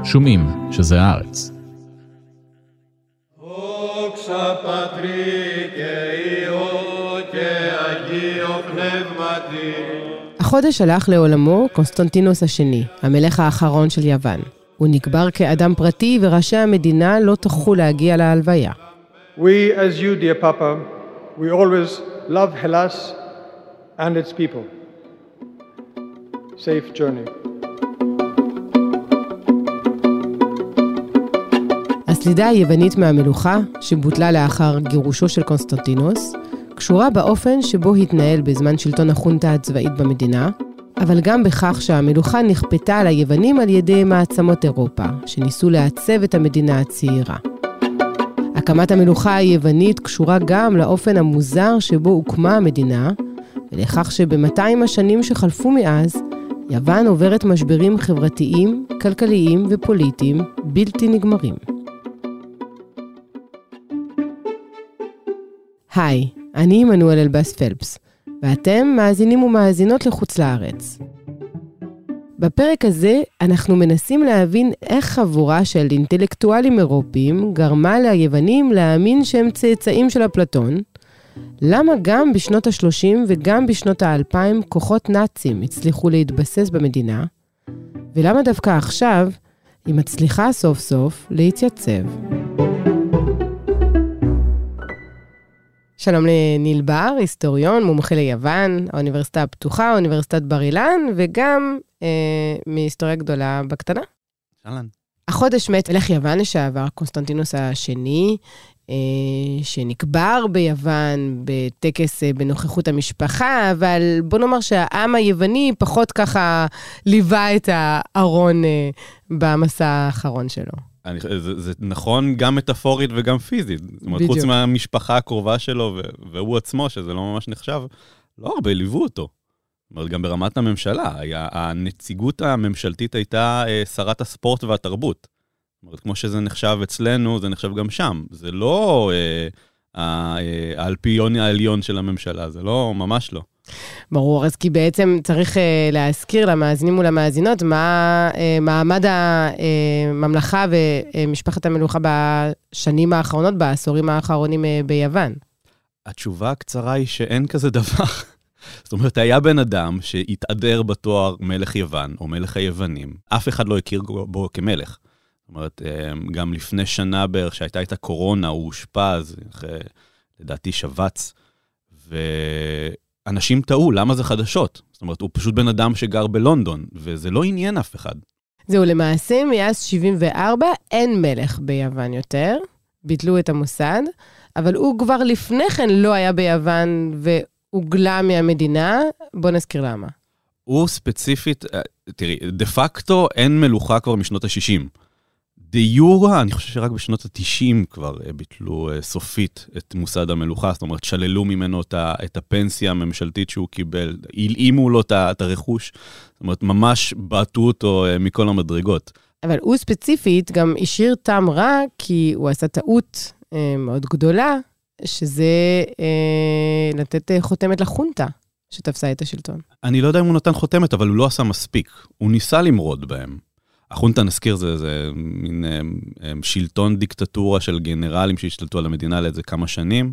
שומעים שזה הארץ. החודש הלך לעולמו קונסטנטינוס השני, המלך האחרון של יוון. הוא נקבר כאדם פרטי וראשי המדינה לא תוכלו להגיע להלוויה. We as you, dear Papa, we always love Hellas and its people. Safe journey. הסלידה היוונית מהמלוכה, שבוטלה לאחר גירושו של קונסטנטינוס, קשורה באופן שבו התנהל בזמן שלטון החונטה הצבאית במדינה, אבל גם בכך שהמלוכה נכפתה על היוונים על ידי מעצמות אירופה, שניסו לעצב את המדינה הצעירה. הקמת המלוכה היוונית קשורה גם לאופן המוזר שבו הוקמה המדינה, ולכך שב-200 השנים שחלפו מאז, יוון עוברת משברים חברתיים, כלכליים ופוליטיים בלתי נגמרים. היי, אני עמנואל אלבאס פלפס, ואתם מאזינים ומאזינות לחוץ לארץ. בפרק הזה אנחנו מנסים להבין איך חבורה של אינטלקטואלים אירופיים גרמה ליוונים להאמין שהם צאצאים של אפלטון, למה גם בשנות ה-30 וגם בשנות ה-2000 כוחות נאצים הצליחו להתבסס במדינה, ולמה דווקא עכשיו היא מצליחה סוף סוף להתייצב. שלום לניל בר, היסטוריון, מומחה ליוון, האוניברסיטה הפתוחה, האוניברסיטת בר אילן, וגם מהיסטוריה גדולה בקטנה. שלום. החודש מת מלך יוון לשעבר, קונסטנטינוס השני, שנקבר ביוון בטקס בנוכחות המשפחה, אבל בוא נאמר שהעם היווני פחות ככה ליווה את הארון במסע האחרון שלו. זה נכון גם מטאפורית וגם פיזית. זאת אומרת, חוץ מהמשפחה הקרובה שלו והוא עצמו, שזה לא ממש נחשב, לא הרבה ליוו אותו. זאת אומרת, גם ברמת הממשלה, הנציגות הממשלתית הייתה שרת הספורט והתרבות. זאת אומרת, כמו שזה נחשב אצלנו, זה נחשב גם שם. זה לא האלפיון העליון של הממשלה, זה לא, ממש לא. ברור, אז כי בעצם צריך להזכיר למאזינים ולמאזינות מה מעמד הממלכה ומשפחת המלוכה בשנים האחרונות, בעשורים האחרונים ביוון. התשובה הקצרה היא שאין כזה דבר. זאת אומרת, היה בן אדם שהתעדר בתואר מלך יוון או מלך היוונים. אף אחד לא הכיר בו כמלך. זאת אומרת, גם לפני שנה בערך שהייתה את הקורונה, הוא הושפז, לדעתי שבץ, אנשים טעו, למה זה חדשות? זאת אומרת, הוא פשוט בן אדם שגר בלונדון, וזה לא עניין אף אחד. זהו, למעשה, מאז 74 אין מלך ביוון יותר, ביטלו את המוסד, אבל הוא כבר לפני כן לא היה ביוון והוגלה מהמדינה. בוא נזכיר למה. הוא ספציפית, תראי, דה פקטו אין מלוכה כבר משנות ה-60. דה יורה, אני חושב שרק בשנות ה-90 כבר ביטלו סופית את מוסד המלוכה, זאת אומרת, שללו ממנו את הפנסיה הממשלתית שהוא קיבל, הלאימו לו את הרכוש, זאת אומרת, ממש בעטו אותו מכל המדרגות. אבל הוא ספציפית גם השאיר טעם רע, כי הוא עשה טעות מאוד גדולה, שזה לתת חותמת לחונטה שתפסה את השלטון. אני לא יודע אם הוא נתן חותמת, אבל הוא לא עשה מספיק. הוא ניסה למרוד בהם. החונטה, נזכיר, זה מין שלטון דיקטטורה של גנרלים שהשתלטו על המדינה לאיזה כמה שנים,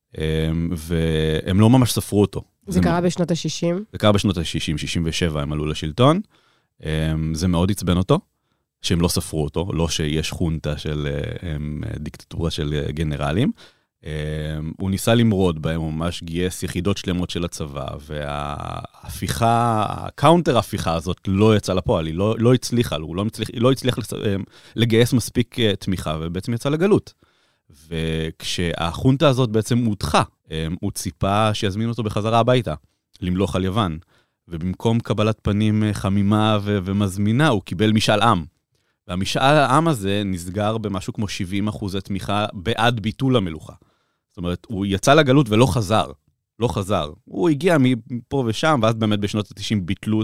והם לא ממש ספרו אותו. זה קרה בשנות ה-60? זה קרה בשנות ה-60, 67 הם עלו לשלטון. זה מאוד עצבן אותו, שהם לא ספרו אותו, לא שיש חונטה של דיקטטורה של גנרלים. הוא ניסה למרוד בהם, הוא ממש גייס יחידות שלמות של הצבא, וההפיכה, הקאונטר ההפיכה הזאת לא יצאה לפועל, היא לא הצליחה, הוא לא הצליח לגייס מספיק תמיכה, ובעצם יצא לגלות. וכשהחונטה הזאת בעצם הודחה, הוא ציפה שיזמין אותו בחזרה הביתה, למלוך על יוון, ובמקום קבלת פנים חמימה ומזמינה, הוא קיבל משאל עם. והמשאל העם הזה נסגר במשהו כמו 70% תמיכה בעד ביטול המלוכה. זאת אומרת, הוא יצא לגלות ולא חזר. לא חזר. הוא הגיע מפה ושם, ואז באמת בשנות ה-90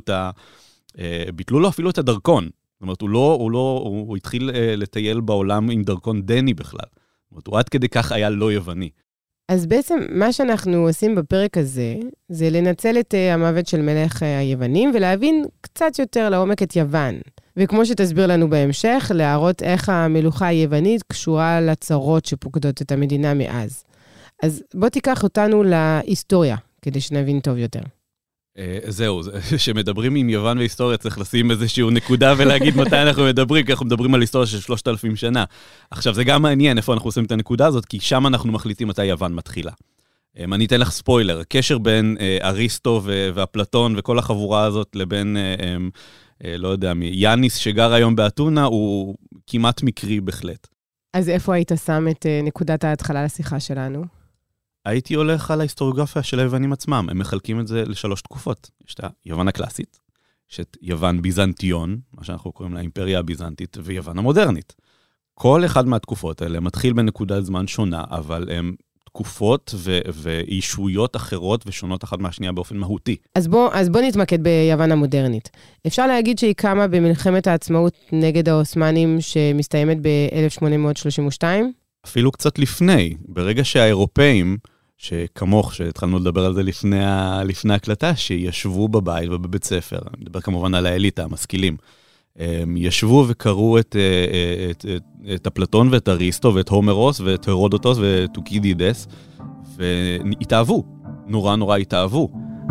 ביטלו לו אפילו את הדרכון. זאת אומרת, הוא התחיל לטייל בעולם עם דרכון דני בכלל. זאת אומרת, הוא עד כדי כך היה לא יווני. אז בעצם מה שאנחנו עושים בפרק הזה, זה לנצל את המוות של מלך היוונים, ולהבין קצת יותר לעומק את יוון. וכמו שתסביר לנו בהמשך, להראות איך המלוכה היוונית קשורה לצרות שפוקדות את המדינה מאז. אז בוא תיקח אותנו להיסטוריה, כדי שנבין טוב יותר. זהו, שמדברים עם יוון והיסטוריה, צריך לשים איזשהו נקודה ולהגיד מתי אנחנו מדברים, כי אנחנו מדברים על היסטוריה של 3,000 שנה. עכשיו, זה גם מעניין איפה אנחנו עושים את הנקודה הזאת, כי שם אנחנו מחליטים מתי יוון מתחילה. אני אתן לך ספוילר, הקשר בין אריסטו ואפלטון וכל החבורה הזאת לבין, לא יודע, יאניס שגר היום באתונה, הוא כמעט מקרי בהחלט. אז איפה היית שם את נקודת ההתחלה לשיחה שלנו? הייתי הולך על ההיסטוריוגרפיה של היוונים עצמם. הם מחלקים את זה לשלוש תקופות. יש את היוון הקלאסית, יש את יוון ביזנטיון, מה שאנחנו קוראים לה האימפריה הביזנטית, ויוון המודרנית. כל אחד מהתקופות האלה מתחיל בנקודת זמן שונה, אבל הם תקופות ואישויות אחרות ושונות אחת מהשנייה באופן מהותי. אז בוא נתמקד ביוון המודרנית. אפשר להגיד שהיא קמה במלחמת העצמאות נגד האוסמנים שמסתיימת ב-1832? אפילו קצת לפני, ברגע שהאירופאים, שכמוך, שהתחלנו לדבר על זה לפני הקלטה, שישבו בבית ובבית ספר, אני מדבר כמובן על האליטה, המשכילים, ישבו וקראו את אפלטון ואת אריסטו ואת הומרוס ואת הרודוטוס ואת טוקידידס, והתאהבו, נורא התאהבו.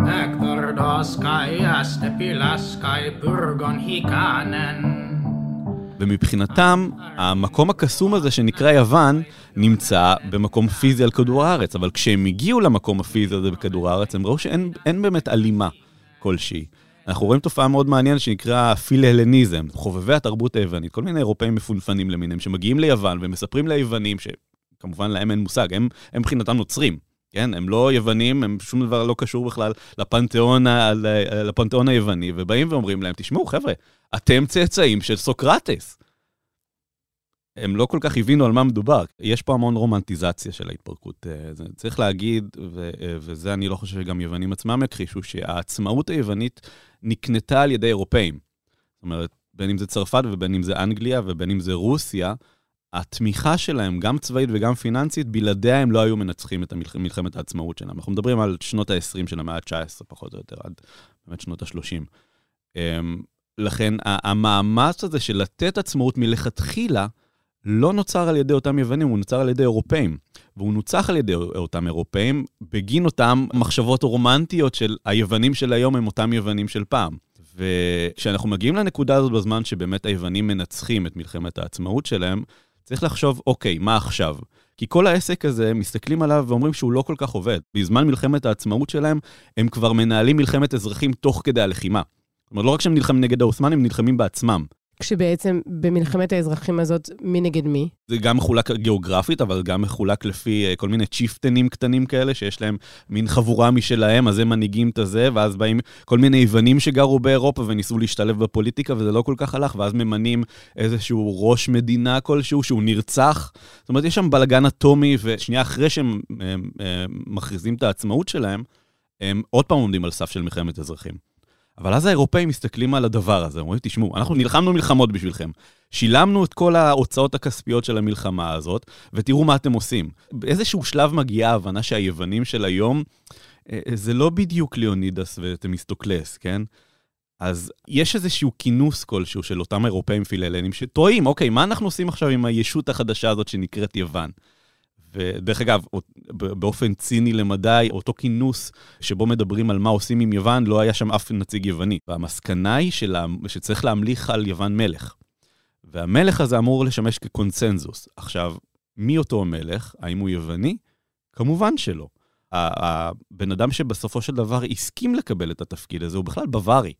ומבחינתם, המקום הקסום הזה שנקרא יוון, נמצא במקום פיזי על כדור הארץ, אבל כשהם הגיעו למקום הפיזי הזה בכדור הארץ, הם ראו שאין באמת אלימה כלשהי. אנחנו רואים תופעה מאוד מעניינת שנקרא פיל-הלניזם, חובבי התרבות היוונית, כל מיני אירופאים מפונפנים למיניהם, שמגיעים ליוון ומספרים ליוונים, שכמובן להם אין מושג, הם מבחינתם נוצרים, כן? הם לא יוונים, הם שום דבר לא קשור בכלל לפנתיאון היווני, ובאים ואומרים להם, תשמעו חבר'ה, אתם צאצאים של סוקרטס. הם לא כל כך הבינו על מה מדובר. יש פה המון רומנטיזציה של ההתפרקות. צריך להגיד, וזה אני לא חושב שגם יוונים עצמם הכחישו, שהעצמאות היוונית נקנתה על ידי אירופאים. זאת אומרת, בין אם זה צרפת ובין אם זה אנגליה ובין אם זה רוסיה, התמיכה שלהם, גם צבאית וגם פיננסית, בלעדיה הם לא היו מנצחים את מלחמת העצמאות שלהם. אנחנו מדברים על שנות ה-20 של המאה ה-19, פחות או יותר, עד באמת שנות ה-30. לכן, המאמץ הזה של לתת עצמאות מלכתחילה, לא נוצר על ידי אותם יוונים, הוא נוצר על ידי אירופאים. והוא נוצח על ידי אותם אירופאים, בגין אותם מחשבות רומנטיות של היוונים של היום הם אותם יוונים של פעם. וכשאנחנו מגיעים לנקודה הזאת בזמן שבאמת היוונים מנצחים את מלחמת העצמאות שלהם, צריך לחשוב, אוקיי, מה עכשיו? כי כל העסק הזה, מסתכלים עליו ואומרים שהוא לא כל כך עובד. בזמן מלחמת העצמאות שלהם, הם כבר מנהלים מלחמת אזרחים תוך כדי הלחימה. זאת אומרת, לא רק שהם נלחמים נגד האוסמנים, הם נלחמים בעצמם. כשבעצם במלחמת האזרחים הזאת, מי נגד מי? זה גם מחולק גיאוגרפית, אבל גם מחולק לפי כל מיני צ'יפטנים קטנים כאלה, שיש להם מין חבורה משלהם, אז הם מנהיגים את זה, ואז באים כל מיני יוונים שגרו באירופה, וניסו להשתלב בפוליטיקה, וזה לא כל כך הלך, ואז ממנים איזשהו ראש מדינה כלשהו, שהוא נרצח. זאת אומרת, יש שם בלגן אטומי, ושנייה אחרי שהם מכריזים את העצמאות שלהם, הם עוד פעם עומדים על סף של מלחמת אזרחים. אבל אז האירופאים מסתכלים על הדבר הזה, אומרים, תשמעו, אנחנו נלחמנו מלחמות בשבילכם, שילמנו את כל ההוצאות הכספיות של המלחמה הזאת, ותראו מה אתם עושים. באיזשהו שלב מגיעה ההבנה שהיוונים של היום, זה לא בדיוק ליאונידס ותמיסטוקלס, כן? אז יש איזשהו כינוס כלשהו של אותם אירופאים פילהלנים, שטועים, אוקיי, מה אנחנו עושים עכשיו עם הישות החדשה הזאת שנקראת יוון? ודרך אגב, באופן ציני למדי, אותו כינוס שבו מדברים על מה עושים עם יוון, לא היה שם אף נציג יווני. והמסקנה היא שצריך להמליך על יוון מלך. והמלך הזה אמור לשמש כקונצנזוס. עכשיו, מי אותו מלך? האם הוא יווני? כמובן שלא. הבן אדם שבסופו של דבר הסכים לקבל את התפקיד הזה, הוא בכלל בווארי.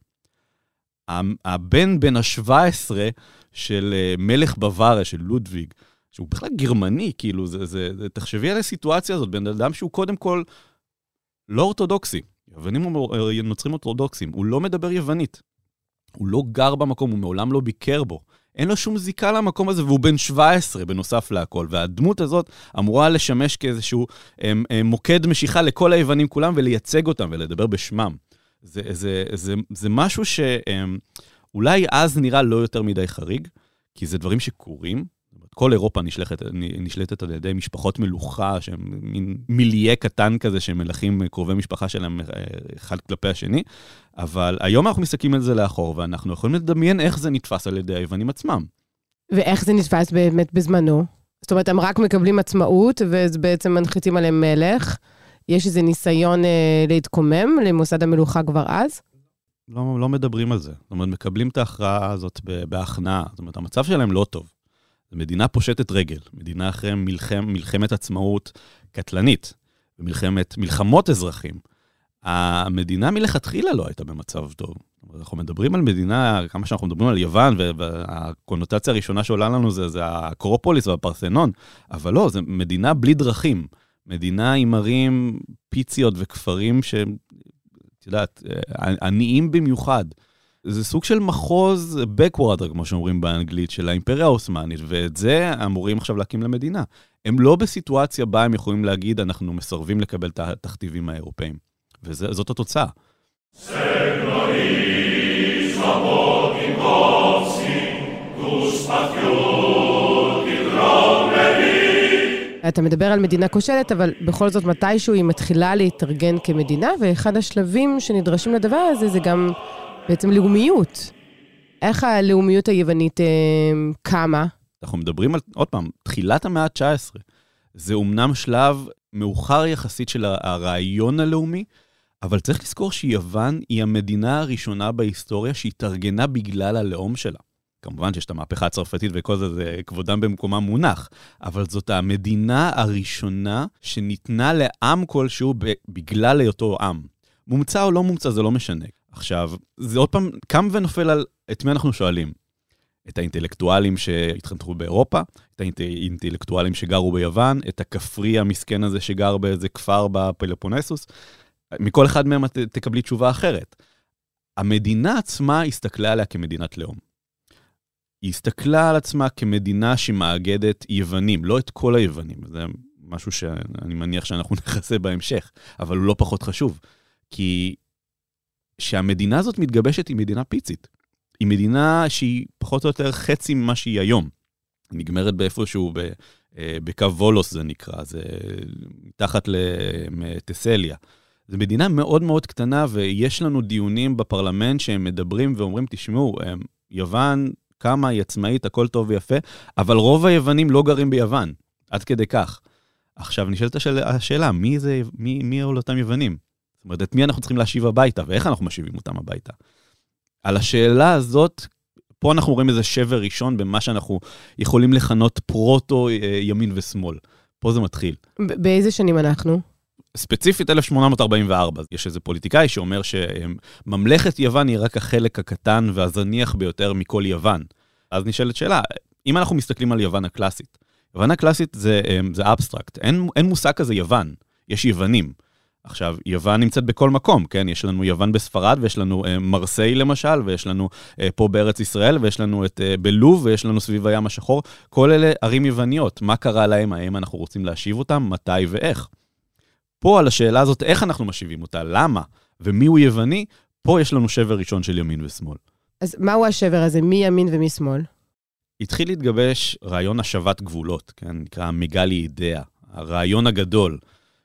הבן ה-17 של מלך בוואריה, של לודוויג, שהוא בכלל גרמני, כאילו, תחשבי על הסיטואציה הזאת, בן אדם שהוא קודם כל לא אורתודוקסי, יוונים נוצרים אורתודוקסים, הוא לא מדבר יוונית, הוא לא גר במקום, הוא מעולם לא ביקר בו, אין לו שום זיקה למקום הזה, והוא בן 17 בנוסף להכל, והדמות הזאת אמורה לשמש כאיזשהו מוקד משיכה לכל היוונים כולם, ולייצג אותם ולדבר בשמם. זה משהו שאולי אז נראה לא יותר מדי חריג, כי זה דברים שקורים, כל אירופה נשלטת על ידי משפחות מלוכה, שהם מין מיליה קטן כזה, שמלכים קרובי משפחה שלהם אחד כלפי השני, אבל היום אנחנו מסתכלים על זה לאחור, ואנחנו יכולים לדמיין איך זה נתפס על ידי היוונים עצמם. ואיך זה נתפס באמת בזמנו? זאת אומרת, הם רק מקבלים עצמאות, ובעצם מנחיתים עליהם מלך. יש איזה ניסיון להתקומם למוסד המלוכה כבר אז? לא מדברים על זה. זאת אומרת, מקבלים את ההכרעה הזאת בהכנעה. זאת אומרת, המצב שלהם לא טוב. זו מדינה פושטת רגל. מדינה אחרי מלחמת עצמאות קטלנית, מלחמות אזרחים. המדינה מלכתחילה לא הייתה במצב טוב. אנחנו מדברים על מדינה, כמה שאנחנו מדברים על יוון, והקונוטציה הראשונה שעולה לנו זה האקרופוליס והפרתנון, אבל לא, זו מדינה בלי דרכים. מדינה עם ערים פיציות וכפרים את יודעת, עניים במיוחד. זה סוג של מחוז backward, כמו שאומרים באנגלית, של האימפריה האוסמנית, ואת זה אמורים עכשיו להקים למדינה. הם לא בסיטואציה בה הם יכולים להגיד, אנחנו מסרבים לקבל את התכתיבים האירופאים. וזאת התוצאה. אתה מדבר על מדינה כושלת, אבל בכל זאת מתישהו היא מתחילה להתארגן כמדינה, ואחד השלבים שנדרשים לדבר הזה זה גם בעצם לאומיות. איך הלאומיות היוונית קמה? אנחנו מדברים על, עוד פעם, תחילת המאה ה-19. זה אומנם שלב מאוחר יחסית של הרעיון הלאומי, אבל צריך לזכור שיוון היא המדינה הראשונה בהיסטוריה שהתארגנה בגלל הלאום שלה. כמובן שיש את המהפכה הצרפתית וכל זה כבודם במקומה מונח, אבל זאת המדינה הראשונה שניתנה לעם כלשהו בגלל היותו עם. מומצא או לא מומצא זה לא משנה. עכשיו, זה עוד פעם קם ונופל על את מי אנחנו שואלים. את האינטלקטואלים שהתחנכו באירופה, את האינטלקטואלים שגרו ביוון, את הכפרי המסכן הזה שגר באיזה כפר בפלופונסוס. מכל אחד מהם תקבלי תשובה אחרת. המדינה עצמה הסתכלה עליה כמדינת לאום. היא הסתכלה על עצמה כמדינה שמאגדת יוונים, לא את כל היוונים. זה משהו שאני מניח שאנחנו נחסה בהמשך, אבל הוא לא פחות חשוב. כי שהמדינה הזאת מתגבשת היא מדינה פיצית. היא מדינה שהיא פחות או יותר חצי ממה שהיא היום. היא נגמרת באיפשהו בקו וולוס זה נקרא, זה מתחת לתסליה. זו מדינה מאוד מאוד קטנה, ויש לנו דיונים בפרלמנט שהם מדברים ואומרים, תשמעו, יוון כמה היא עצמאית, הכל טוב ויפה, אבל רוב היוונים לא גרים ביוון, עד כדי כך. עכשיו נשאלת השאלה, מי אלה אותם יוונים? זאת אומרת, את מי אנחנו צריכים להשיב הביתה, ואיך אנחנו משיבים אותם הביתה? על השאלה הזאת, פה אנחנו רואים איזה שבר ראשון, במה שאנחנו יכולים לכנות פרוטו ימין ושמאל. פה זה מתחיל. באיזה שנים אנחנו? ספציפית 1844, יש איזה פוליטיקאי שאומר שממלכת יוון היא רק החלק הקטן והזניח ביותר מכל יוון. אז נשאלת שאלה, אם אנחנו מסתכלים על יוון הקלאסית, יוון הקלאסית זה אבסטרקט, אין מושג כזה יוון, יש יוונים. עכשיו, יוון נמצאת בכל מקום, כן? יש לנו יוון בספרד, ויש לנו מרסיי למשל, ויש לנו פה בארץ ישראל, ויש לנו בלוב, ויש לנו סביב הים השחור. כל אלה ערים יווניות. מה קרה להם? האם אנחנו רוצים להשיב אותם? מתי ואיך? פה על השאלה הזאת, איך אנחנו משיבים אותה? למה? ומי הוא יווני? פה יש לנו שבר ראשון של ימין ושמאל. אז מהו השבר הזה? מי ימין ומי שמאל? התחיל להתגבש רעיון השבת גבולות, כן? נקרא מגלי אידאה, הרעיון הגדול.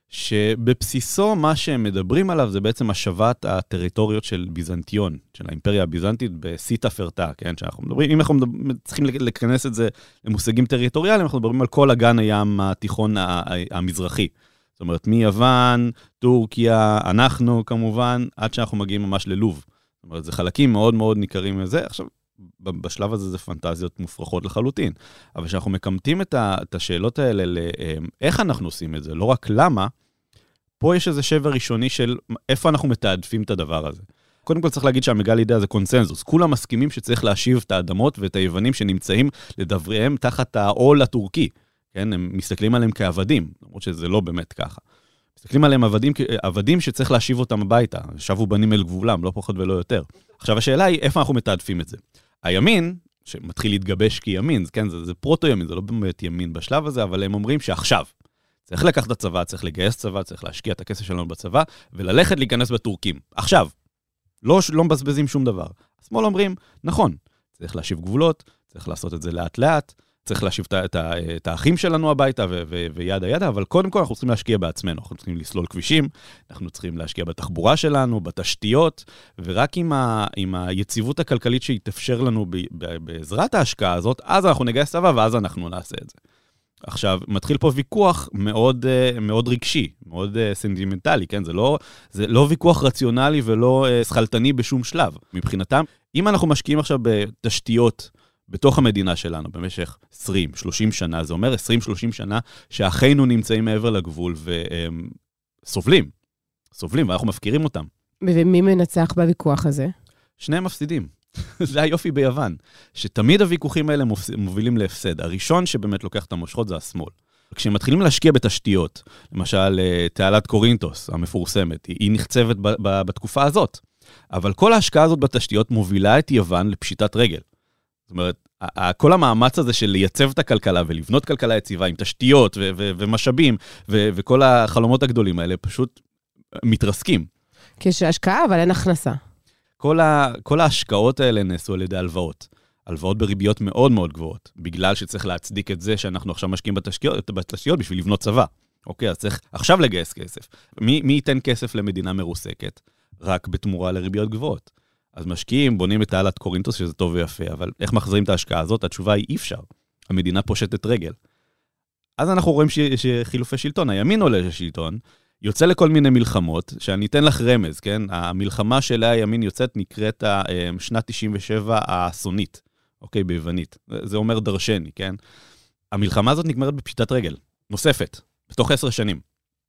שבבסיסו מה שהם מדברים עליו זה בעצם השבת הטריטוריות של ביזנטיון, של האימפריה הביזנטית בסיטה פרטה, כן? שאנחנו מדברים, אם אנחנו צריכים לכנס את זה למושגים טריטוריאליים, אנחנו מדברים על כל אגן הים התיכון המזרחי. זאת אומרת, מיוון, טורקיה, אנחנו כמובן, עד שאנחנו מגיעים ממש ללוב. זאת אומרת, זה חלקים מאוד מאוד ניכרים מזה. עכשיו, בשלב הזה זה פנטזיות מופרכות לחלוטין. אבל כשאנחנו מקמטים את השאלות האלה לאיך אנחנו עושים את זה, לא רק למה, פה יש איזה שבר ראשוני של איפה אנחנו מתעדפים את הדבר הזה. קודם כל צריך להגיד שהמגלי אידאה זה קונסנזוס. כולם מסכימים שצריך להשיב את האדמות ואת היוונים שנמצאים לדבריהם תחת העול הטורקי. כן? הם מסתכלים עליהם כעבדים, למרות שזה לא באמת ככה. מסתכלים עליהם עבדים שצריך להשיב אותם הביתה. שבו בנים אל גבולם, לא פחות ולא יותר. עכשיו השאלה היא איפה אנחנו מתעדפים את זה. הימין, שמתחיל להתגבש כימין, כן, זה פרוטו ימין, זה לא באמת ימין בשלב הזה, אבל הם אומרים שעכשיו צריך לקחת את הצבא, צריך לגייס צבא, צריך להשקיע את הכסף שלנו בצבא, וללכת להיכנס בטורקים. עכשיו, לא מבזבזים שום דבר. השמאל אומרים, נכון, צריך להשיב גבולות, צריך לעשות את זה לאט לאט, צריך להשיב את האחים שלנו הביתה וידה ידה, אבל קודם כל אנחנו צריכים להשקיע בעצמנו, אנחנו צריכים לסלול כבישים, אנחנו צריכים להשקיע בתחבורה שלנו, בתשתיות, ורק עם היציבות הכלכלית שהתאפשר לנו בעזרת ההשקעה הזאת, אז אנחנו נגייס צבא ואז אנחנו נעשה את זה. עכשיו, מתחיל פה ויכוח מאוד, מאוד רגשי, מאוד סנטימנטלי, כן? זה לא ויכוח רציונלי ולא שכלתני בשום שלב. מבחינתם, אם אנחנו משקיעים עכשיו בתשתיות בתוך המדינה שלנו במשך 20-30 שנה, זה אומר 20-30 שנה שאחינו נמצאים מעבר לגבול וסובלים, ואנחנו מפקירים אותם. ומי מנצח בוויכוח הזה? שניהם מפסידים. זה היופי ביוון, שתמיד הוויכוחים האלה מובילים להפסד. הראשון שבאמת לוקח את המושכות זה השמאל. כשהם מתחילים להשקיע בתשתיות, למשל תעלת קורינטוס המפורסמת, היא נחצבת בתקופה הזאת, אבל כל ההשקעה הזאת בתשתיות מובילה את יוון לפשיטת רגל. זאת אומרת, כל המאמץ הזה של לייצב את הכלכלה ולבנות כלכלה יציבה עם תשתיות ומשאבים וכל החלומות הגדולים האלה פשוט מתרסקים. כשהשקעה, אבל אין הכנסה. כל ההשקעות האלה נעשו על ידי הלוואות בריביות מאוד מאוד גבוהות, בגלל שצריך להצדיק את זה שאנחנו עכשיו משקיעים בתשתיות בשביל לבנות צבא. אוקיי, אז צריך עכשיו לגייס כסף. מי ייתן כסף למדינה מרוסקת? רק בתמורה לריביות גבוהות. אז משקיעים, בונים את תעלת קורינטוס, שזה טוב ויפה, אבל איך מחזירים את ההשקעה הזאת? התשובה היא אי אפשר. המדינה פושטת רגל. אז אנחנו רואים שחילופי שלטון, הימין עולה לשלטון, יוצא לכל מיני מלחמות, שאני אתן לך רמז, כן? המלחמה שאליה הימין יוצאת נקראת שנת 97 האסונית, אוקיי, ביוונית. זה אומר דרשני, כן? המלחמה הזאת נגמרת בפשיטת רגל, נוספת, בתוך 10 שנים.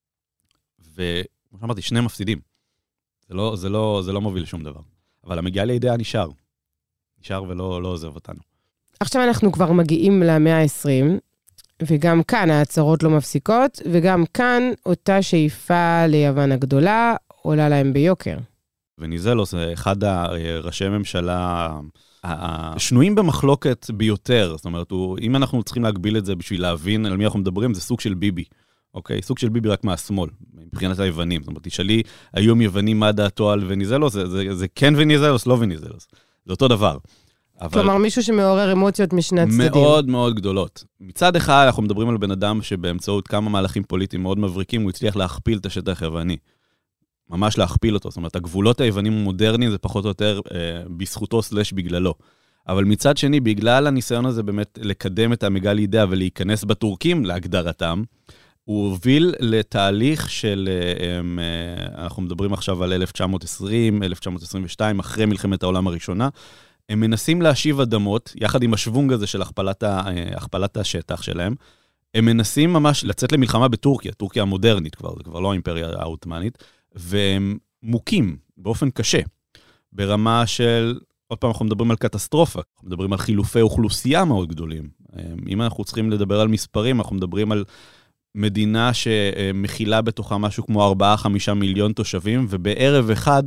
וכמו שאמרתי, שני מפסידים. זה לא מוביל לשום דבר. אבל המגיעה לידיעה נשאר ולא עוזב אותנו. עכשיו אנחנו כבר מגיעים למאה ה-20, וגם כאן ההצהרות לא מפסיקות, וגם כאן אותה שאיפה ליוון הגדולה עולה להם ביוקר. וניזלוס זה אחד הראשי ממשלה השנויים במחלוקת ביותר. זאת אומרת, אם אנחנו צריכים להגביל את זה בשביל להבין על מי אנחנו מדברים, זה סוג של ביבי. אוקיי? סוג של ביבי רק מהשמאל, מבחינת היוונים. זאת אומרת, תשאלי, היום יוונים מה דעתו על וניזלוס, זה כן וניזלוס, לא וניזלוס. זה אותו דבר. כלומר, מישהו שמעורר אמוציות משני הצדדים. מאוד מאוד גדולות. מצד אחד, אנחנו מדברים על בן אדם שבאמצעות כמה מהלכים פוליטיים מאוד מבריקים, הוא הצליח להכפיל את השטח היווני. ממש להכפיל אותו. זאת אומרת, הגבולות היוונים המודרניים זה פחות או יותר בזכותו סלש בגללו. אבל מצד שני, בגלל הניסיון הזה באמת לקדם את המגל אידאה ולהיכנס בטורקים להגדרתם, הוא הוביל לתהליך של, אנחנו מדברים עכשיו על 1920, 1922, אחרי מלחמת העולם הראשונה, הם מנסים להשיב אדמות, יחד עם השוונג הזה של הכפלת השטח שלהם, הם מנסים ממש לצאת למלחמה בטורקיה, טורקיה המודרנית כבר, זה כבר לא האימפריה העות'מאנית, והם מוכים באופן קשה, ברמה של, עוד פעם אנחנו מדברים על קטסטרופה, אנחנו מדברים על חילופי אוכלוסייה מאוד גדולים. אם אנחנו צריכים לדבר על מספרים, אנחנו מדברים על מדינה שמכילה בתוכה משהו כמו 4-5 מיליון תושבים, ובערב אחד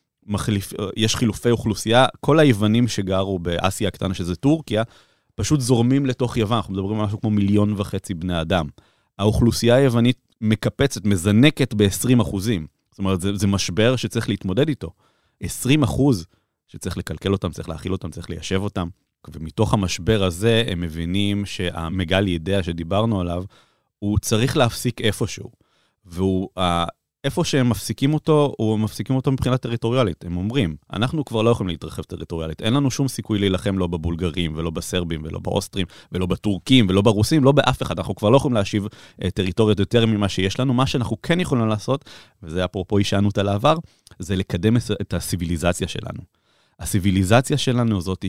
יש חילופי אוכלוסייה, כל היוונים שגרו באסיה הקטנה, שזה טורקיה, פשוט זורמים לתוך יוון, אנחנו מדברים על משהו כמו 1.5 מיליון בני אדם. האוכלוסייה היוונית מקפצת, מזנקת ב-20%. זאת אומרת, זה משבר שצריך להתמודד איתו. 20% שצריך לקלקל אותם, צריך להכיל אותם, צריך ליישב אותם. ומתוך המשבר הזה הם מבינים שהמגל אידאה שדיברנו עליו, הוא צריך להפסיק איפשהו. איפה שהם מפסיקים אותו, הוא מפסיקים אותו מבחינה טריטוריאלית. הם אומרים, אנחנו כבר לא יכולים להתרחב טריטוריאלית. אין לנו שום סיכוי להילחם לא בבולגרים, ולא בסרבים, ולא באוסטרים, ולא בטורקים, ולא ברוסים, לא באף אחד. אנחנו כבר לא יכולים להשיב טריטוריות יותר ממה שיש לנו. מה שאנחנו כן יכולים לעשות, וזה אפרופו הישענות על העבר, זה לקדם את הסיביליזציה שלנו. הסיביליזציה שלנו זאת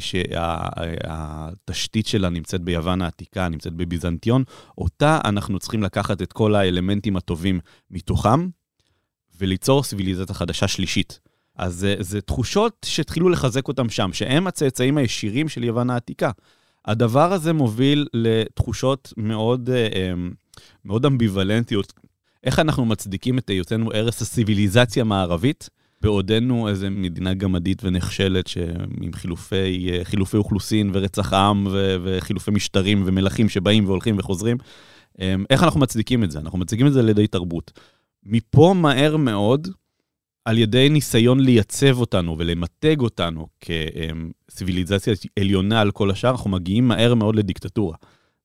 שהתשתית שלה נמצאת ביוון העתיקה, נמצאת בביזנטיון, אותה אנחנו צריכים לקחת את כל האלמנטים הטובים מתוכם, וליצור סיביליזציה חדשה שלישית. אז זה תחושות שהתחילו לחזק אותם שם, שהם הצאצאים הישירים של יוון העתיקה. הדבר הזה מוביל לתחושות מאוד, מאוד אמביוולנטיות. איך אנחנו מצדיקים את היותנו ערש הסיביליזציה המערבית, בעודנו איזו מדינה גמדית ונחשלת, עם חילופי אוכלוסין ורצח עם וחילופי משטרים ומלכים שבאים והולכים וחוזרים. איך אנחנו מצדיקים את זה? אנחנו מצדיקים את זה על ידי תרבות. מפה מהר מאוד, על ידי ניסיון לייצב אותנו ולמתג אותנו כסיביליזציה עליונה על כל השאר, אנחנו מגיעים מהר מאוד לדיקטטורה.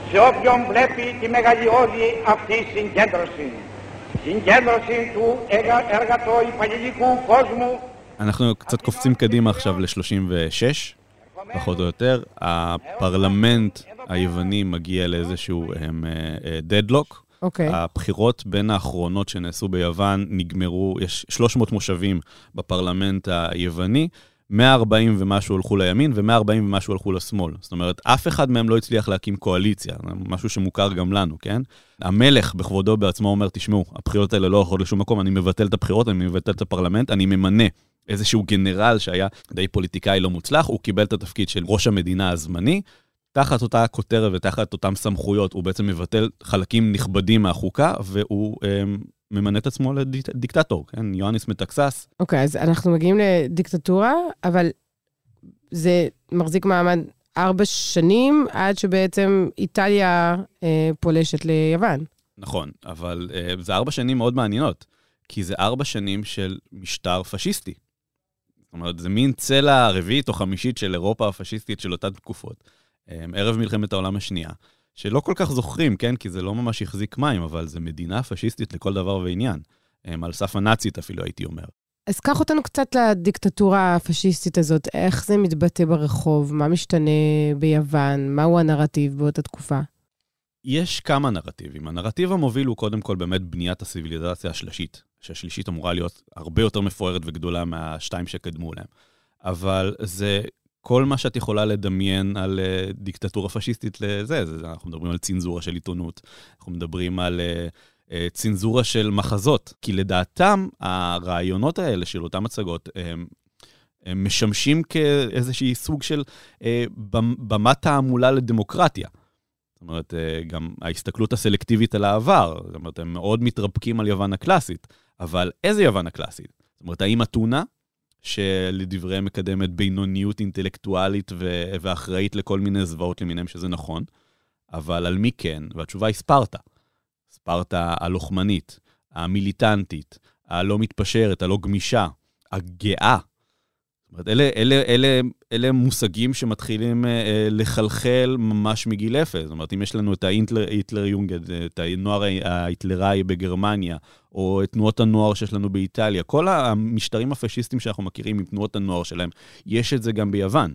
σε όποιον βλέπει τη μεγαλειώδη αυτή συγκέντρωση. Συγκέντρωση του εργατοϊπαλληλικού κόσμου. אנחנו קצת קופצים קדימה עכשיו ל-36, פחות או יותר. הפרלמנט היווני מגיע לאיזשהו דדלוק. הבחירות בין האחרונות שנעשו ביוון נגמרו, יש 300 מושבים בפרלמנט היווני, 140 ומשהו הלכו לימין, ו140 ומשהו הלכו לשמאל. זאת אומרת, אף אחד מהם לא הצליח להקים קואליציה, משהו שמוכר גם לנו, כן? המלך בכבודו בעצמו אומר, תשמעו, הבחירות האלה לא הולכות לשום מקום, אני מבטל את הבחירות, אני מבטל את הפרלמנט, אני ממנה איזשהו גנרל שהיה די פוליטיקאי לא מוצלח, הוא קיבל את התפקיד של ראש המדינה הזמני, תחת אותה כותרת ותחת אותם סמכויות, הוא בעצם מבטל חלקים נכבדים מהחוקה, והוא ממנה את עצמו לדיקטטור, כן? יואניס מטקסס. אוקיי, אז אנחנו מגיעים לדיקטטורה, אבל זה מחזיק מעמד 4 שנים, עד שבעצם איטליה פולשת ליוון. נכון, אבל זה 4 שנים מאוד מעניינות, כי זה 4 שנים של משטר פשיסטי. זאת אומרת, זה מין צלע הרביעית או חמישית של אירופה הפשיסטית של אותן תקופות. ערב מלחמת העולם השנייה, שלא כל כך זוכרים, כן? כי זה לא ממש יחזיק מים, אבל זה מדינה פשיסטית לכל דבר ועניין. על סף הנאצית אפילו הייתי אומר. אז קח אותנו קצת לדיקטטורה הפשיסטית הזאת. איך זה מתבטא ברחוב? מה משתנה ביוון? מהו הנרטיב באותה תקופה? יש כמה נרטיבים. הנרטיב המוביל הוא קודם כל באמת בניית הסיביליזציה השלישית, שהשלישית אמורה להיות הרבה יותר מפוארת וגדולה מהשתיים שקדמו להם. אבל זה כל מה שאת יכולה לדמיין על דיקטטורה פשיסטית לזה. אנחנו מדברים על צנזורה של עיתונות, אנחנו מדברים על צנזורה של מחזות, כי לדעתם הרעיונות האלה של אותם הצגות הם משמשים כאיזושהי סוג של במת תעמולה לדמוקרטיה. זאת אומרת, גם ההסתכלות הסלקטיבית על העבר, זאת אומרת, הם מאוד מתרפקים על יוון הקלאסית, אבל איזה יוון הקלאסית? זאת אומרת, האם אתונה, שלדברי מקדמת בינוניות אינטלקטואלית ואחראית לכל מיני זוועות למיניהם שזה נכון, אבל על מי כן? והתשובה היא ספרטה. ספרטה הלוחמנית, המיליטנטית, הלא מתפשרת, הלא גמישה, הגאה. זאת אומרת, אלה מושגים שמתחילים לחלחל ממש מגיל אפס. זאת אומרת, אם יש לנו את ההיטלר יונגד, את הנוער ההיטלראי בגרמניה, או את תנועות הנוער שיש לנו באיטליה, כל המשטרים הפשיסטיים שאנחנו מכירים עם תנועות הנוער שלהם, יש את זה גם ביוון.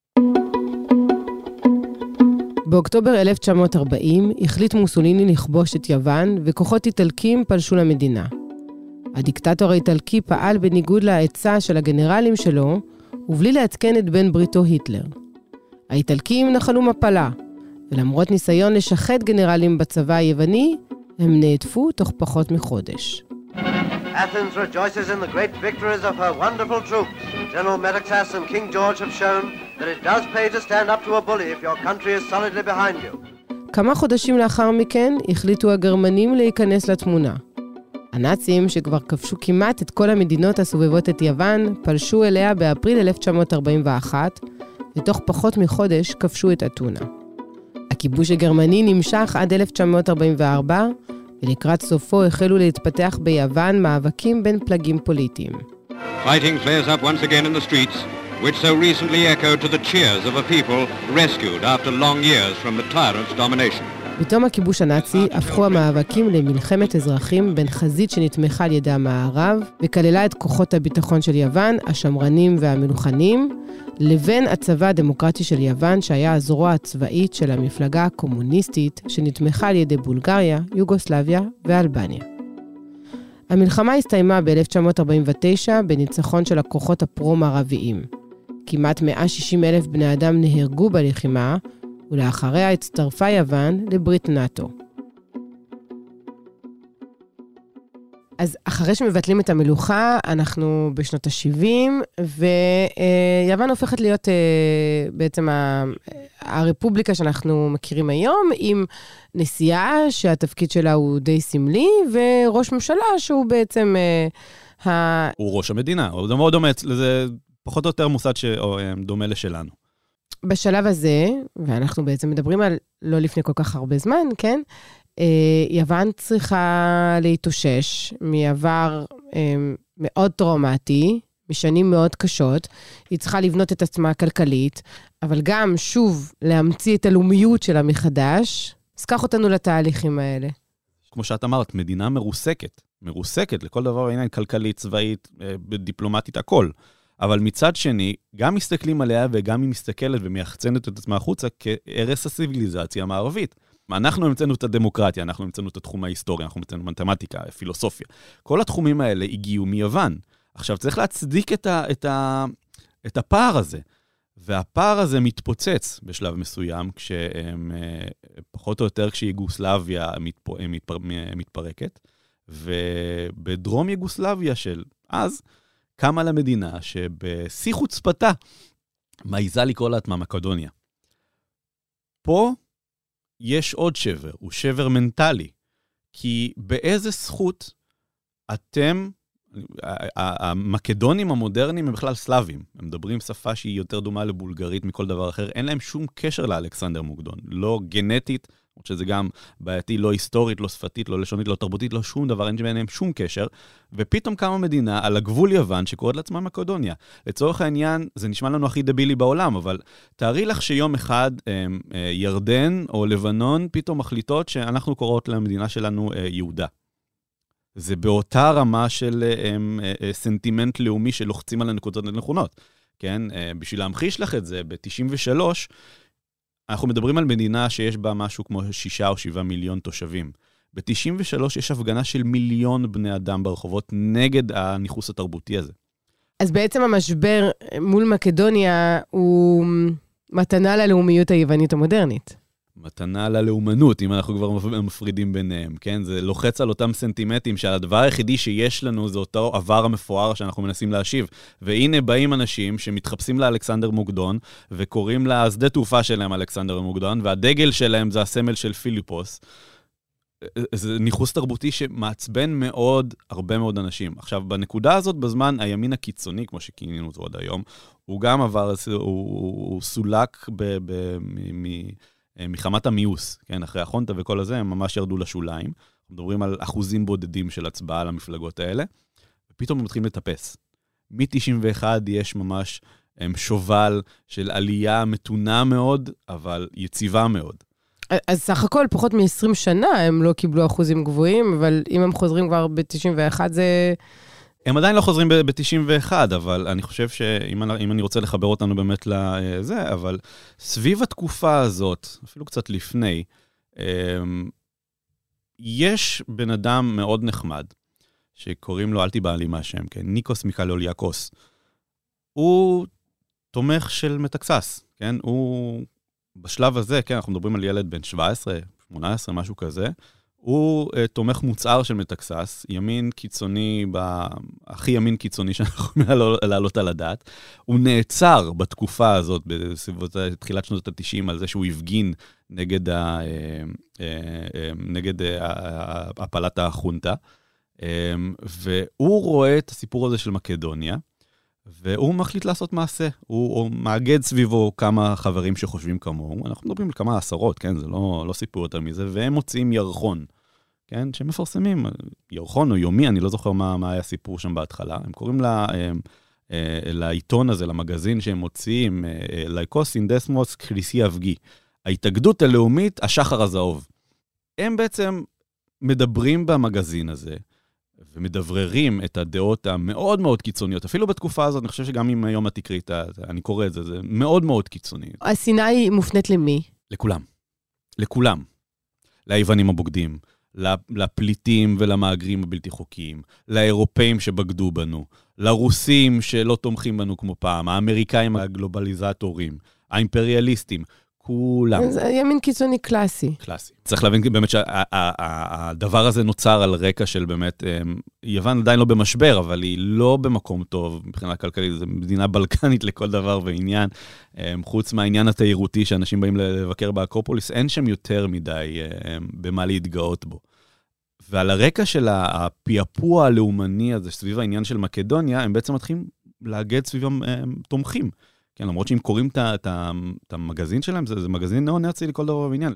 באוקטובר 1940 החליט מוסוליני לכבוש את יוון, וכוחות איטלקים פלשו למדינה. הדיקטטור האיטלקי פעל בניגוד לעצה של הגנרלים שלו, ובלי לעדכן את בן בריתו היטלר. האיטלקים נחלו מפלה, ולמרות ניסיון לשחד גנרלים בצבא היווני, הם נעטפו תוך פחות מחודש. Athens rejoices in the great victories of her wonderful troops. General Metaxas and King George have shown that it does pay to stand up to a bully if your country is solidly behind you. כמה חודשים לאחר מכן החליטו הגרמנים להיכנס לתמונה. הנאצים, שכבר כבשו כמעט את כל המדינות הסובבות את יוון, פלשו אליה באפריל 1941, ותוך פחות מחודש כבשו את אתונה. הכיבוש הגרמני נמשך עד 1944, ולקראת סופו החלו להתפתח ביוון מאבקים בין פלגים פוליטיים. Fighting flares up once again in the streets, which so recently echoed to the cheers of a people rescued after long years from the tyrant's domination. בתום הכיבוש הנאצי הפכו המאבקים למלחמת אזרחים בין חזית שנתמכה על ידי המערב, וכללה את כוחות הביטחון של יוון, השמרנים והמלוכנים, לבין הצבא הדמוקרטי של יוון, שהיה הזרוע הצבאית של המפלגה הקומוניסטית, שנתמכה על ידי בולגריה, יוגוסלביה ואלבניה. המלחמה הסתיימה ב-1949 בניצחון של הכוחות הפרו-מערביים. כמעט 160,000 בני אדם נהרגו בלחימה, ולאחריה הצטרפה יוון לברית נאטו. אז אחרי שמבטלים את המלוכה, אנחנו בשנות ה-70, ויוון הופכת להיות בעצם הרפובליקה שאנחנו מכירים היום, עם נשיאה שהתפקיד שלה הוא די סמלי, וראש ממשלה שהוא בעצם הוא ראש המדינה, הוא מאוד דומה, זה פחות או יותר מוסד שדומה לשלנו. בשלב הזה, ואנחנו בעצם מדברים על לא לפני כל כך הרבה זמן, כן? יוון צריכה להתאושש מעבר מאוד טראומטי, משנים מאוד קשות. היא צריכה לבנות את עצמה כלכלית, אבל גם שוב להמציא את הלאומיות שלה מחדש, אז קח אותנו לתהליכים האלה. כמו שאת אמרת, מדינה מרוסקת לכל דבר בעניין, כלכלית, צבאית, דיפלומטית, הכל. אבל מצד שני, גם מסתכלים עליה וגם היא מסתכלת ומייחצנת את עצמה החוצה כערש הסיביליזציה המערבית. אנחנו המצאנו את הדמוקרטיה, אנחנו המצאנו את התחום ההיסטוריה, אנחנו המצאנו מתמטיקה, פילוסופיה. כל התחומים האלה הגיעו מיוון. עכשיו, צריך להצדיק את הפער הזה. והפער הזה מתפוצץ בשלב מסוים, פחות או יותר כשיוגוסלביה מתפרקת, ובדרום יוגוסלביה של אז, קמה למדינה שבשיא חוצפתה מעיזה לקרוא לעצמה מקדוניה. פה יש עוד שבר, הוא שבר מנטלי, כי באיזה זכות אתם, המקדונים המודרניים הם בכלל סלאבים, הם מדברים שפה שהיא יותר דומה לבולגרית מכל דבר אחר, אין להם שום קשר לאלכסנדר מוקדון, לא גנטית, שזה גם בעייתי, לא היסטורית, לא שפתית, לא לשונית, לא תרבותית, לא שום דבר, אין ביניהם שום קשר, ופתאום קמה מדינה על הגבול יוון שקוראת לעצמה מקדוניה. לצורך העניין, זה נשמע לנו הכי דבילי בעולם, אבל תארי לך שיום אחד ירדן או לבנון פתאום מחליטות שאנחנו קוראות למדינה שלנו יהודה. זה באותה רמה של סנטימנט לאומי שלוחצים על הנקודות הנכונות. כן? בשביל להמחיש לך את זה, ב-93, אנחנו מדברים על מדינה שיש בה משהו כמו 6 או 7 מיליון תושבים. ב-93 יש הפגנה של 1,000,000 בני אדם ברחובות נגד הניחוס התרבותי הזה. אז בעצם המשבר מול מקדוניה הוא מתנה ללאומיות היוונית המודרנית. מתנה ללאומנות, אם אנחנו כבר מפרידים ביניהם, כן? זה לוחץ על אותם סנטימטים, שהדבר היחידי שיש לנו זה אותו עבר המפואר שאנחנו מנסים להשיב. והנה באים אנשים שמתחפשים לאלכסנדר מוקדון, וקוראים לשדה תעופה שלהם אלכסנדר מוקדון, והדגל שלהם זה הסמל של פיליפוס. זה ניחוס תרבותי שמעצבן מאוד, הרבה מאוד אנשים. עכשיו, בנקודה הזאת, בזמן הימין הקיצוני, כמו שכינינו אותו עד היום, הוא גם עבר, הוא סולק מחמת המיוס, כן, אחרי החונטה וכל הזה, הם ממש ירדו לשוליים. אנחנו מדברים על אחוזים בודדים של הצבעה על המפלגות האלה, ופתאום הם מתחילים לטפס. מ-91 יש ממש שובל של עלייה מתונה מאוד, אבל יציבה מאוד. אז סך הכל, פחות מ-20 שנה הם לא קיבלו אחוזים גבוהים, אבל אם הם חוזרים כבר ב-91 זה... הם עדיין לא חוזרים ב-91, אבל אני חושב שאם אני רוצה לחבר אותנו באמת לזה, אבל סביב התקופה הזאת, אפילו קצת לפני, יש בן אדם מאוד נחמד, שקוראים לו, אל תיבא לי מהשם, כן? ניקוס מיקלוליאקוס. הוא תומך של מטקסס, כן? הוא בשלב הזה, כן, אנחנו מדברים על ילד בן 17, 18, משהו כזה, הוא תומך מוצער של מטקסס, ימין קיצוני, הכי ימין קיצוני שאנחנו יכולים לעלות על הדעת. הוא נעצר בתקופה הזאת, בסביבות תחילת שנות ה-90, על זה שהוא הפגין נגד הפלת החונטה, והוא רואה את הסיפור הזה של מקדוניה, והוא מחליט לעשות מעשה. הוא מאגד סביבו כמה חברים שחושבים כמוהו, אנחנו מדברים על כמה עשרות, כן? זה לא סיפור יותר מזה, והם מוצאים ירחון, כן? שמפרסמים, ירחון או יומי, אני לא זוכר מה היה הסיפור שם בהתחלה, הם קוראים לעיתון הזה, למגזין שהם מוציאים, לייקוס אינדסמוס קריסי אבגי, ההתאגדות הלאומית, השחר הזהוב. הם בעצם מדברים במגזין הזה, ומדבררים את הדעות המאוד מאוד קיצוניות. אפילו בתקופה הזאת, אני חושב שגם אם היום התקרית, אני קורא את זה, זה מאוד מאוד קיצוני. השנאה היא מופנית למי? לכולם. לכולם. ליוונים הבוגדים, לפליטים ולמאגרים הבלתי חוקיים, לאירופאים שבגדו בנו, לרוסים שלא תומכים בנו כמו פעם, האמריקאים הגלובליזטורים, האימפריאליסטים, כולם. זה ימין קיצוני קלאסי. קלאסי. צריך להבין באמת שהדבר הזה נוצר על רקע של באמת, יוון עדיין לא במשבר, אבל היא לא במקום טוב מבחינה כלכלית, זו מדינה בלקנית לכל דבר ועניין, חוץ מהעניין התיירותי שאנשים באים לבקר באקרופוליס, אין שם יותר מדי במה להתגאות בו. ועל הרקע של הפיאפוע הלאומני הזה, סביב העניין של מקדוניה, הם בעצם מתחילים להגד סביבם תומכים. כן, למרות שאם קוראים את המגזין שלהם, זה מגזין נאו-נאצי לכל דבר ועניין.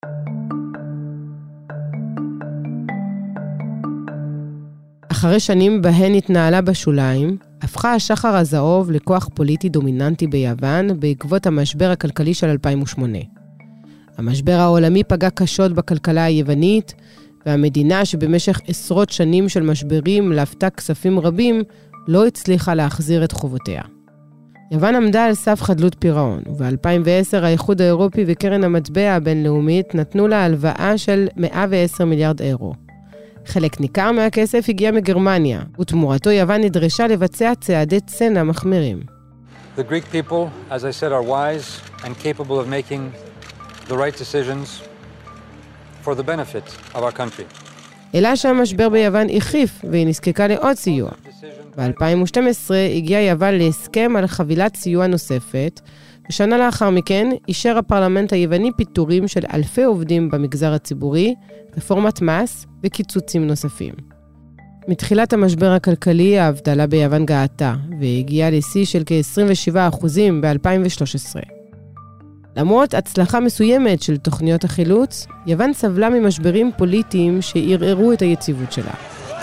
אחרי שנים בהן התנהלה בשוליים, הפכה השחר הזהוב לכוח פוליטי דומיננטי ביוון בעקבות המשבר הכלכלי של 2008. המשבר העולמי פגע קשות בכלכלה היוונית, והמדינה שבמשך עשרות שנים של משברים להפתה כספים רבים, לא הצליחה להחזיר את חובותיה. יוון עמדה על סף חדלות פירעון, וב-2010 האיחוד האירופי וקרן המטבע הבינלאומית נתנו לה הלוואה של 110 מיליארד אירו. חלק ניכר מהכסף הגיע מגרמניה, ותמורתו יוון נדרשה לבצע צעדי צנע מחמירים. The Greek people, as I said, are wise and capable of making the right decisions for the benefit of our country. אלא שהמשבר ביוון החריף והיא נזקקה לעוד סיוע. ב-2012 הגיע יוון להסכם על חבילת סיוע נוספת, ושנה לאחר מכן אישר הפרלמנט היווני פיטורים של אלפי עובדים במגזר הציבורי, רפורמת מס וקיצוצים נוספים. מתחילת המשבר הכלכלי האבטלה ביוון גאתה, והגיעה לשיא של כ-27% ב-2013. למרות הצלחה מסוימת של תוכניות החילוץ, יוון סבלה ממשברים פוליטיים שערערו את היציבות שלה.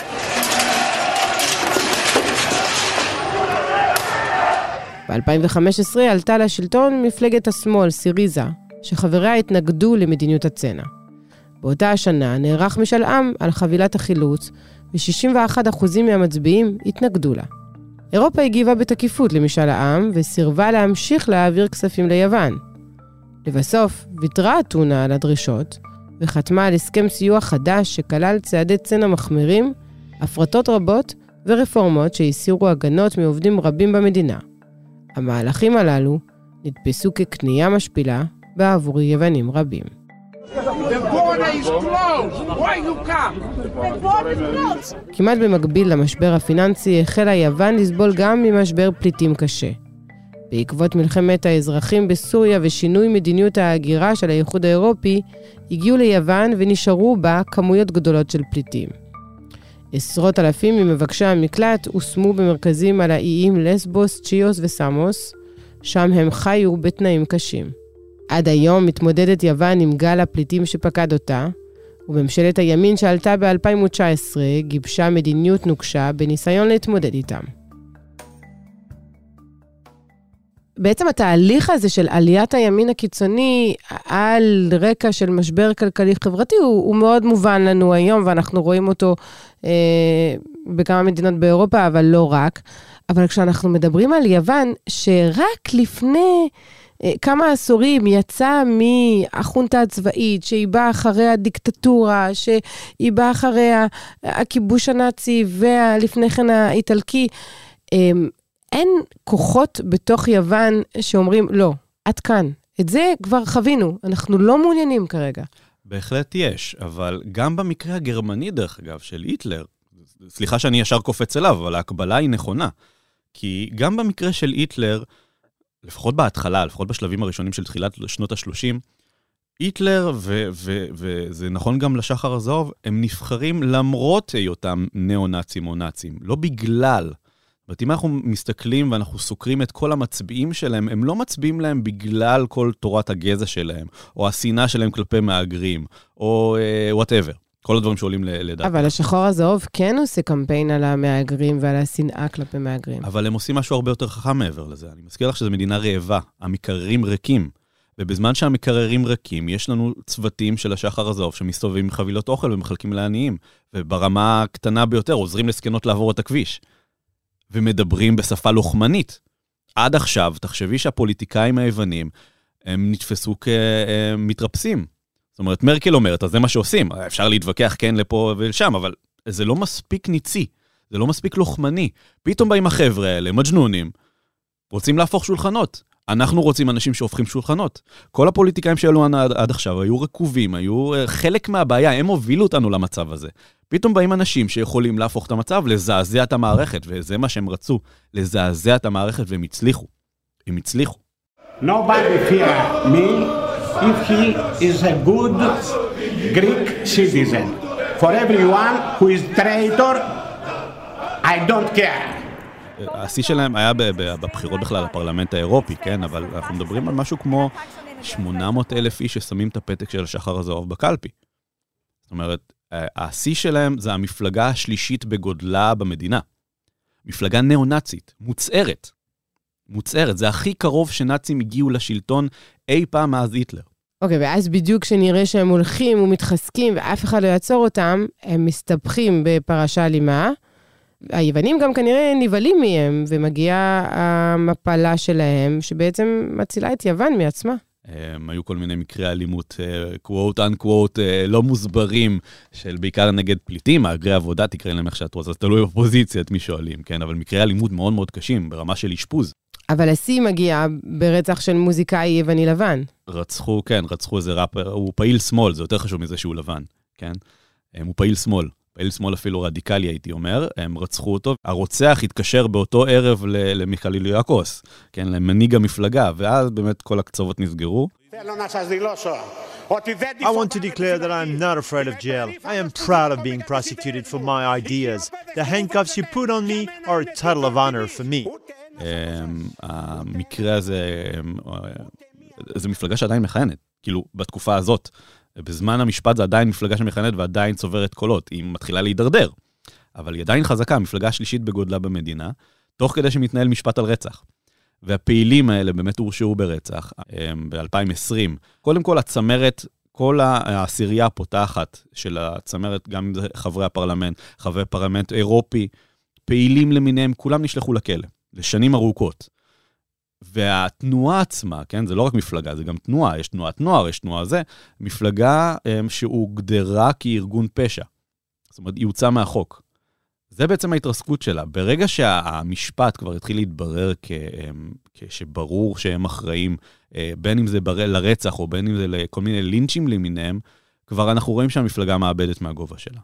ב-2015 עלתה לשלטון מפלגת השמאל, סיריזה, שחבריה התנגדו למדיניות הצנע. באותה השנה נערך משאל עם על חבילת החילוץ, ו-61% מהמצביעים התנגדו לה. אירופה הגיבה בתקיפות למשאל העם, וסירבה להמשיך להעביר כספים ליוון. לבסוף, ויתרה אתונה על הדרישות, וחתמה על הסכם סיוע חדש שכלל צעדי צנע מחמירים, הפרטות רבות ורפורמות שהסירו הגנות מעובדים רבים במדינה. המהלכים הללו נתפסו כקנייה משפילה בעבור יוונים רבים. כמעט במקביל למשבר הפיננסי החלה יוון לסבול גם ממשבר פליטים קשה. בעקבות מלחמת האזרחים בסוריה ושינוי מדיניות ההגירה של האיחוד האירופי, הגיעו ליוון ונשארו בה כמויות גדולות של פליטים. עשרות אלפים ממבקשי המקלט הושמו במרכזים על האיים לסבוס, צ'יוס וסמוס, שם הם חיו בתנאים קשים. עד היום מתמודדת יוון עם גל הפליטים שפקד אותה, וממשלת הימין שעלתה ב-2019 גיבשה מדיניות נוקשה בניסיון להתמודד איתם. בעצם התהליך הזה של עליית הימין הקיצוני על רקע של משבר כלכלי-חברתי הוא מאוד מובן לנו היום, ואנחנו רואים אותו בכמה מדינות באירופה, אבל לא רק. אבל כשאנחנו מדברים על יוון, שרק לפני כמה עשורים יצא מהחונטה הצבאית, שהיא באה אחרי הדיקטטורה, שהיא באה אחרי הכיבוש הנאצי, ולפני כן האיטלקי, אין כוחות בתוך יוון שאומרים, לא, עד כאן. את זה כבר חווינו, אנחנו לא מעוניינים כרגע. בהחלט יש, אבל גם במקרה הגרמני, דרך אגב, של היטלר, סליחה שאני ישר קופץ אליו, אבל ההקבלה היא נכונה. כי גם במקרה של היטלר, לפחות בהתחלה, לפחות בשלבים הראשונים של תחילת שנות ה-30, היטלר, וזה נכון גם לשחר הזהוב, הם נבחרים למרות היותם ניאו-נאצים או נאצים, לא בגלל. אם אנחנו מסתכלים ואנחנו סוקרים את כל המצביעים שלהם, הם לא מצביעים להם בגלל כל תורת הגזע שלהם, או השנאה שלהם כלפי מהגרים, או whatever. כל הדברים שעולים לדעת. אבל השחור הזהוב כן עושה קמפיין על המהגרים ועל השנאה כלפי מהגרים. אבל הם עושים משהו הרבה יותר חכם מעבר לזה. אני מזכיר לך שזו מדינה רעבה, המקררים ריקים. ובזמן שהמקררים ריקים, יש לנו צוותים של השחר הזהוב שמסתובבים עם חבילות אוכל ומחלקים לעניים, וברמה הקטנה ביותר עוזרים לסקנות לעבור את הכביש. ומדברים בשפה לוחמנית. עד עכשיו, תחשבי שהפוליטיקאים היוונים, הם נתפסו כמתרפסים. זאת אומרת, מרקל אומרת, אז זה מה שעושים. אפשר להתווכח כן לפה ולשם, אבל זה לא מספיק ניצי. זה לא מספיק לוחמני. פתאום באים החבר'ה האלה, מג'נונים, רוצים להפוך שולחנות. אנחנו רוצים אנשים שהופכים שולחנות. כל הפוליטיקאים שעלו עד עכשיו היו רקובים, היו חלק מהבעיה, הם הובילו אותנו למצב הזה. פתאום באים אנשים שיכולים להפוך את המצב, לזעזע את המערכת, וזה מה שהם רצו, לזעזע את המערכת, והם הצליחו. הם הצליחו. Nobody fear me if he is a good Greek citizen. For everyone who is traitor, I don't care. השיא שלהם היה בבחירות בכלל לפרלמנט האירופי, כן? אבל אנחנו מדברים על משהו כמו 800,000 איש ששמים את הפתק של השחר הזהוב בקלפי. זאת אומרת, השיא שלהם זה המפלגה השלישית בגודלה במדינה. מפלגה ניאו-נאצית, מוצערת. מוצערת, זה הכי קרוב שנאצים הגיעו לשלטון אי פעם מאז היטלר. אוקיי, ואז בדיוק כשנראה שהם הולכים ומתחזקים ואף אחד לא יעצור אותם, הם מסתבכים בפרשה אלימה. היוונים גם כנראה נבלים מהם, ומגיעה המפלה שלהם, שבעצם מצילה את יוון מעצמה. היו כל מיני מקרי אלימות, קוואט אנקוואט, לא מוסברים, של בעיקר נגד פליטים, מהגרי עבודה, תקרא להם איך שאת רוצה, זה תלוי בפוזיציה, את מי שואלים, כן? אבל מקרי אלימות מאוד מאוד קשים, ברמה של אשפוז. אבל השיא מגיע ברצח של מוזיקאי יווני לבן. רצחו איזה ראפר, הוא פעיל שמאל, זה יותר חשוב מזה שהוא לבן, כן? הוא פעיל שמאל אפילו רדיקלי, הייתי אומר, הם רצחו אותו. הרוצח התקשר באותו ערב למיכאליאקוס, כן, למנהיג המפלגה, ואז באמת כל הקצוות נסגרו. I want to declare that I am not afraid of jail. I am proud of being prosecuted for my ideas. The handcuffs you put on me are a title of honor for me. המקרה הזה, זו מפלגה שעדיין מכהנת, כאילו בתקופה הזאת. בזמן המשפט זה עדיין מפלגה שמכהנת ועדיין צוברת קולות, היא מתחילה להידרדר. אבל היא עדיין חזקה, המפלגה השלישית בגודלה במדינה, תוך כדי שמתנהל משפט על רצח. והפעילים האלה באמת הורשעו ברצח ב-2020. קודם כל הצמרת, כל העשירייה הפותחת של הצמרת, גם חברי הפרלמנט, חברי פרלמנט אירופי, פעילים למיניהם, כולם נשלחו לכלא, לשנים ארוכות. והתנועה עצמה, כן, זה לא רק מפלגה, זה גם תנועה, יש תנועת נוער, יש תנועה זה, מפלגה שהוגדרה כארגון פשע. זאת אומרת, היא הוצאה מהחוק. זה בעצם ההתרסקות שלה. ברגע שהמשפט כבר התחיל להתברר כשברור שהם אחראים, בין אם זה לרצח או בין אם זה לכל מיני לינצ'ים למיניהם, כבר אנחנו רואים שהמפלגה מאבדת מהגובה שלה.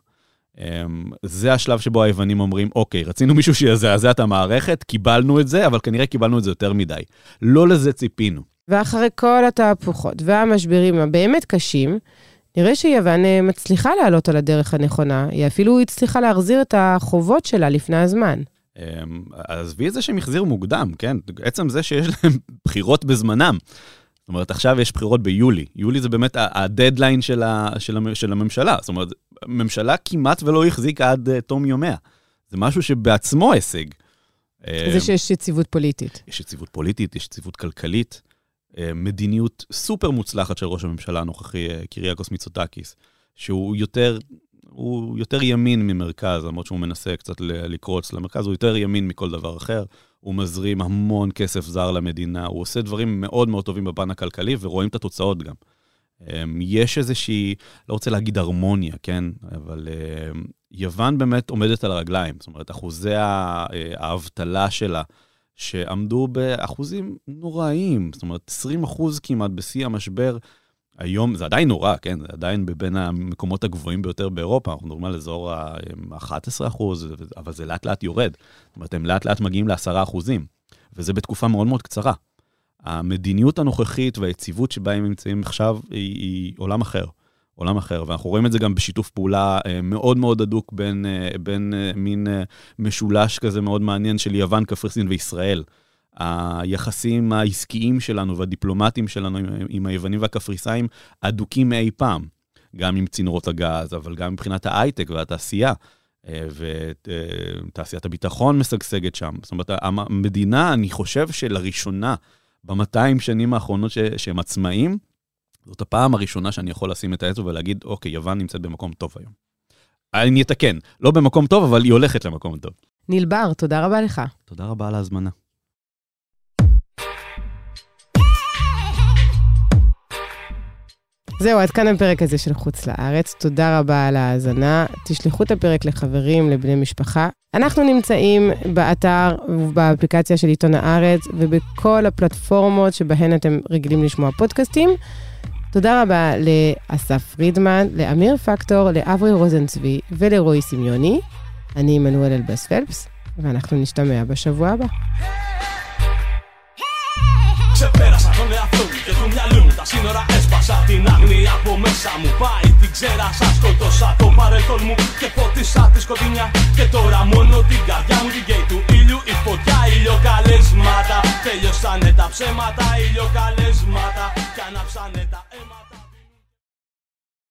זה השלב שבו היוונים אומרים, אוקיי, רצינו מישהו שיזעזע את המערכת, קיבלנו את זה, אבל כנראה קיבלנו את זה יותר מדי. לא לזה ציפינו. ואחרי כל התהפוכות והמשברים הבאמת קשים, נראה שיוון מצליחה לעלות על הדרך הנכונה, היא אפילו הצליחה להחזיר את החובות שלה לפני הזמן. אז את זה שהם החזירו מוקדם, כן? עצם זה שיש להם בחירות בזמנם. זאת אומרת, עכשיו יש בחירות ביולי. יולי זה באמת הדדליין של הממשלה. זאת אומרת, הממשלה כמעט ולא החזיקה עד תום יומיה. זה משהו שבעצמו הישג. זה שיש יציבות פוליטית. יש יציבות פוליטית, יש יציבות כלכלית. מדיניות סופר מוצלחת של ראש הממשלה הנוכחי, קיריאקוס מיצוטקיס, שהוא יותר ימין ממרכז, למרות שהוא מנסה קצת לקרוץ למרכז, הוא יותר ימין מכל דבר אחר, הוא מזרים המון כסף זר למדינה, הוא עושה דברים מאוד מאוד טובים בפן הכלכלי, ורואים את התוצאות גם. יש איזושהי, לא רוצה להגיד הרמוניה, כן? אבל יוון באמת עומדת על הרגליים, זאת אומרת, אחוזי האבטלה שלה, שעמדו באחוזים נוראים, זאת אומרת, 20% כמעט בשיא המשבר, היום זה עדיין נורא, כן? זה עדיין בין המקומות הגבוהים ביותר באירופה, אנחנו מדברים על אזור ה-11%, אבל זה לאט לאט יורד. זאת אומרת, הם לאט לאט מגיעים ל10%, וזה בתקופה מאוד מאוד קצרה. המדיניות הנוכחית והיציבות שבה הם נמצאים עכשיו היא עולם אחר. עולם אחר, ואנחנו רואים את זה גם בשיתוף פעולה מאוד מאוד הדוק בין מין משולש כזה מאוד מעניין של יוון, קפריסין וישראל. היחסים העסקיים שלנו והדיפלומטיים שלנו עם היוונים והקפריסאים הדוקים מאי פעם, גם עם צינורות הגז, אבל גם מבחינת ההייטק והתעשייה, ותעשיית הביטחון משגשגת שם. זאת אומרת, המדינה, אני חושב שלראשונה, ב-200 שנים האחרונות שהם עצמאים, זאת הפעם הראשונה שאני יכול לשים את האצבע ולהגיד, אוקיי, יוון נמצאת במקום טוב היום. אני אתקן, לא במקום טוב, אבל היא הולכת למקום טוב. ניל בר, תודה רבה לך. תודה רבה על ההזמנה. זהו, עד כאן הפרק הזה של חוץ לארץ. תודה רבה על ההאזנה. תשלחו את הפרק לחברים, לבני משפחה. אנחנו נמצאים באתר ובאפליקציה של עיתון הארץ, ובכל הפלטפורמות שבהן אתם רגילים לשמוע פודקאסטים. תודה רבה לאסף פרידמן, לאמיר פקטור, לאברי רוזנצבי ולרועי סמיוני. אני מנואל אלבס פלפס, ואנחנו נשתמע בשבוע הבא. Ξεπέρασα τον εαυτό μου και του μυαλού μου. Τα σύνορα έσπασα, την άγνοια από μέσα μου. Πάει, την ξέρασα, σκοτώσα το παρελθόν μου και φώτισα τη σκοτεινιά. Και τώρα μόνο την καρδιά μου την καίει του ήλιου η φωτιά. Ηλιοκαλέσματα, τελειώσανε τα ψέματα. Ηλιοκαλέσματα, κι ανάψανε τα